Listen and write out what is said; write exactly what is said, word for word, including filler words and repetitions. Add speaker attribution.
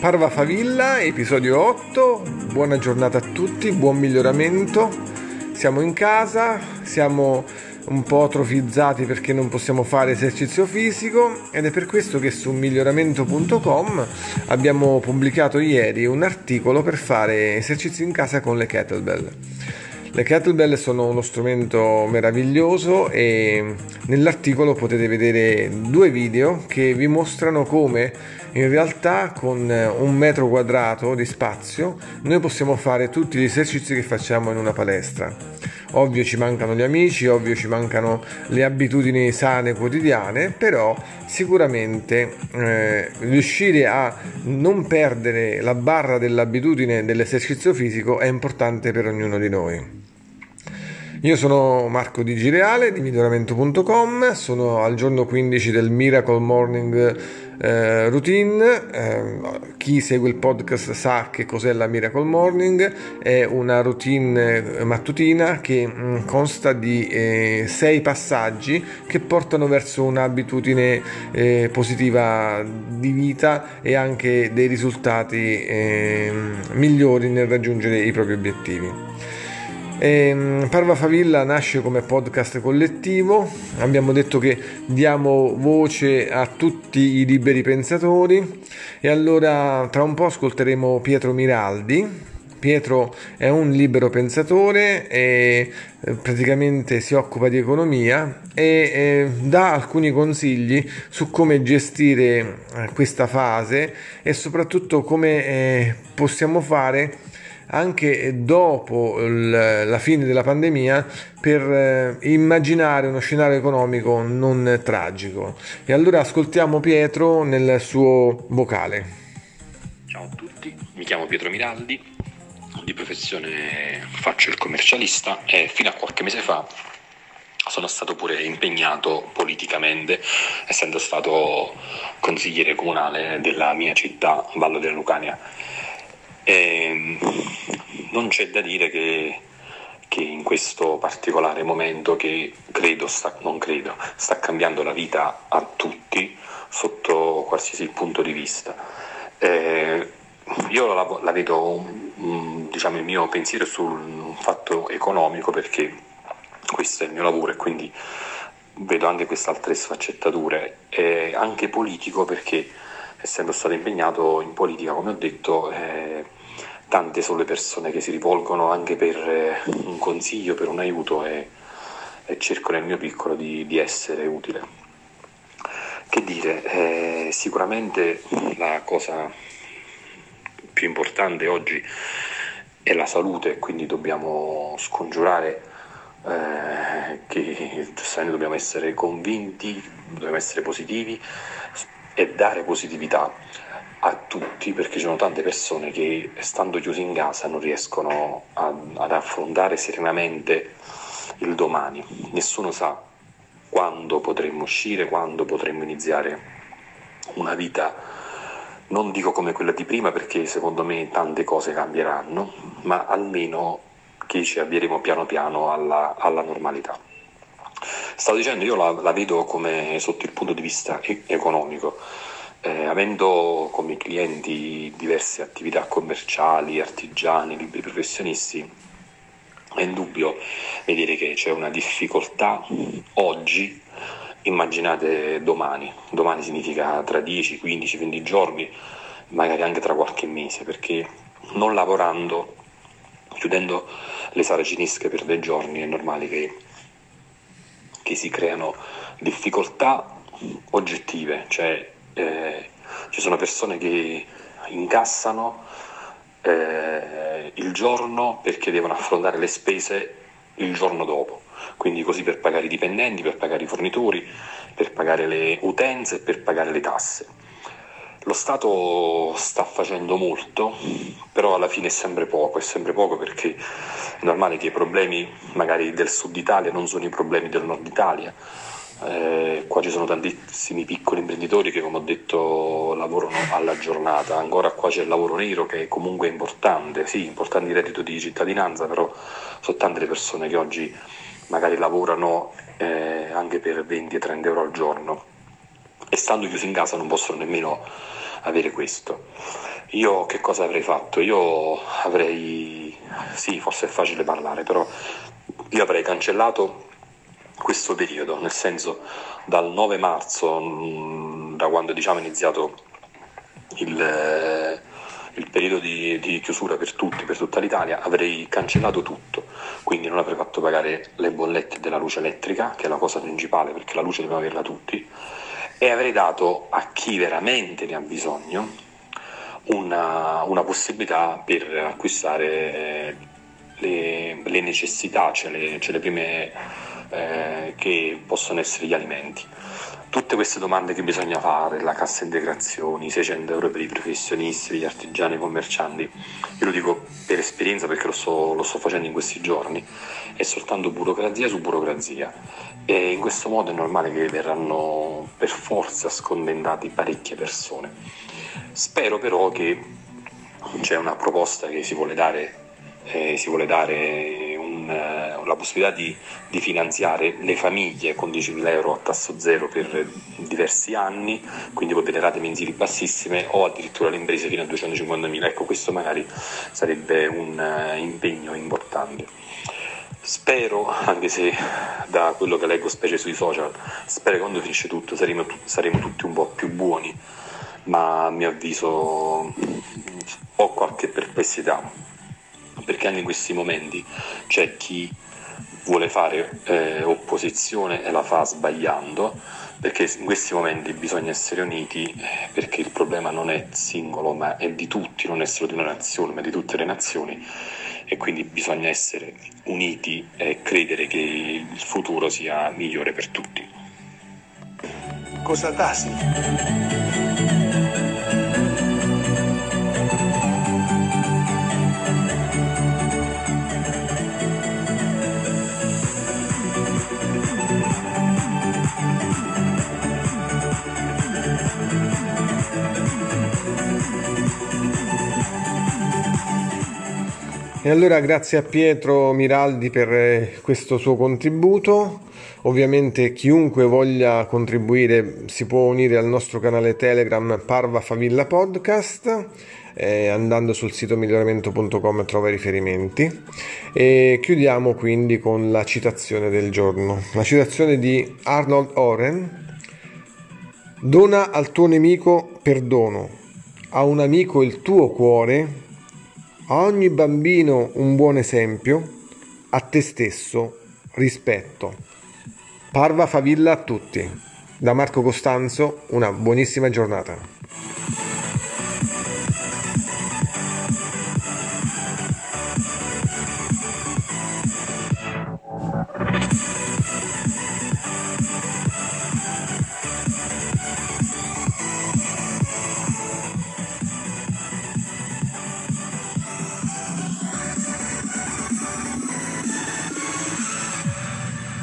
Speaker 1: Parva Favilla, episodio otto, buona giornata a tutti, buon miglioramento. Siamo in casa, siamo un po' atrofizzati perché non possiamo fare esercizio fisico ed è per questo che su miglioramento punto com abbiamo pubblicato ieri un articolo per fare esercizi in casa con le kettlebell. Le kettlebell sono uno strumento meraviglioso e nell'articolo potete vedere due video che vi mostrano come in realtà con un metro quadrato di spazio noi possiamo fare tutti gli esercizi che facciamo in una palestra. Ovvio ci mancano gli amici, ovvio ci mancano le abitudini sane quotidiane, però sicuramente eh, riuscire a non perdere la barra dell'abitudine dell'esercizio fisico è importante per ognuno di noi. Io sono Marco Di Gireale di miglioramento punto com, sono al giorno quindici del Miracle Morning eh, Routine. Eh, chi segue il podcast sa che cos'è la Miracle Morning, è una routine mattutina che mh, consta di eh, sei passaggi che portano verso un'abitudine eh, positiva di vita e anche dei risultati eh, migliori nel raggiungere i propri obiettivi. E Parva Favilla nasce come podcast collettivo. Abbiamo detto che diamo voce a tutti i liberi pensatori e allora tra un po' ascolteremo Pietro Miraldi. Pietro è un libero pensatore e praticamente si occupa di economia e eh, dà alcuni consigli su come gestire questa fase e soprattutto come eh, possiamo fare anche dopo la fine della pandemia per immaginare uno scenario economico non tragico. E allora ascoltiamo Pietro nel suo vocale.
Speaker 2: Ciao a tutti, mi chiamo Pietro Miraldi, di professione faccio il commercialista e fino a qualche mese fa sono stato pure impegnato politicamente, essendo stato consigliere comunale della mia città, Vallo della Lucania. E non c'è da dire che, che in questo particolare momento che credo, sta, non credo, sta cambiando la vita a tutti sotto qualsiasi punto di vista. E io la, la vedo, diciamo, il mio pensiero sul fatto economico perché questo è il mio lavoro e quindi vedo anche queste altre sfaccettature, e anche politico perché essendo stato impegnato in politica, come ho detto, eh, tante sono le persone che si rivolgono anche per eh, un consiglio, per un aiuto e, e cerco nel mio piccolo di, di essere utile. Che dire, eh, sicuramente la cosa più importante oggi è la salute, quindi dobbiamo scongiurare eh, che giustamente dobbiamo essere convinti, dobbiamo essere positivi e dare positività a tutti, perché ci sono tante persone che stando chiusi in casa non riescono a, ad affrontare serenamente il domani. Nessuno sa quando potremmo uscire, quando potremmo iniziare una vita, non dico come quella di prima perché secondo me tante cose cambieranno, ma almeno che ci avvieremo piano piano alla, alla normalità. Stavo dicendo, io la, la vedo come sotto il punto di vista e- economico, eh, avendo come clienti diverse attività commerciali, artigiani, liberi professionisti, è indubbio vedere che c'è una difficoltà oggi. Immaginate domani, domani significa tra dieci, quindici, venti giorni, magari anche tra qualche mese, perché non lavorando, chiudendo le saracinesche per dei giorni, è normale che che si creano difficoltà oggettive, cioè eh, ci sono persone che incassano eh, il giorno perché devono affrontare le spese il giorno dopo, quindi così per pagare i dipendenti, per pagare i fornitori, per pagare le utenze, per pagare le tasse. Lo Stato sta facendo molto, però alla fine è sempre poco, è sempre poco perché è normale che i problemi magari del sud Italia non sono i problemi del nord Italia. Eh, qua ci sono tantissimi piccoli imprenditori che, come ho detto, lavorano alla giornata. Ancora qua c'è il lavoro nero che comunque è importante, sì, importante il reddito di cittadinanza, però sono tante le persone che oggi magari lavorano eh, anche per venti trenta euro al giorno e stando chiusi in casa non possono nemmeno avere questo. Io che cosa avrei fatto? Io avrei, sì, forse è facile parlare, però io avrei cancellato questo periodo, nel senso dal nove marzo, mh, da quando diciamo è iniziato il, eh, il periodo di, di chiusura per tutti, per tutta l'Italia, avrei cancellato tutto, quindi non avrei fatto pagare le bollette della luce elettrica, che è la cosa principale perché la luce dobbiamo averla tutti, e avrei dato a chi veramente ne ha bisogno una, una possibilità per acquistare le, le necessità, cioè le, cioè le prime eh, che possono essere gli alimenti. Tutte queste domande che bisogna fare, la cassa integrazione, i seicento euro per i professionisti, per gli artigiani, i commercianti, io lo dico per esperienza perché lo sto, lo sto facendo in questi giorni, è soltanto burocrazia su burocrazia, e in questo modo è normale che verranno per forza scontentati parecchie persone. Spero però che c'è una proposta che si vuole dare, eh, si vuole dare un, eh, la possibilità di, di finanziare le famiglie con diecimila euro a tasso zero per diversi anni, quindi con delle rate mensili bassissime, o addirittura le imprese fino a duecentocinquantamila. Ecco, questo magari sarebbe un uh, impegno importante. Spero, anche se da quello che leggo specie sui social, spero che quando finisce tutto saremo, saremo tutti un po' più buoni, ma a mio avviso ho qualche perplessità, perché anche in questi momenti c'è chi vuole fare eh, opposizione e la fa sbagliando, perché in questi momenti bisogna essere uniti, eh, perché il problema non è singolo ma è di tutti, non è solo di una nazione ma di tutte le nazioni, e quindi bisogna essere uniti e credere che il futuro sia migliore per tutti.
Speaker 3: Cosa tasi?
Speaker 1: E allora grazie a Pietro Miraldi per questo suo contributo. Ovviamente chiunque voglia contribuire si può unire al nostro canale Telegram Parva Favilla Podcast, eh, andando sul sito miglioramento punto com trova i riferimenti. E chiudiamo quindi con la citazione del giorno, la citazione di Arnold Oren: dona al tuo nemico perdono, a un amico il tuo cuore, a ogni bambino un buon esempio, a te stesso rispetto. Parva Favilla a tutti. Da Marco Costanzo, una buonissima giornata.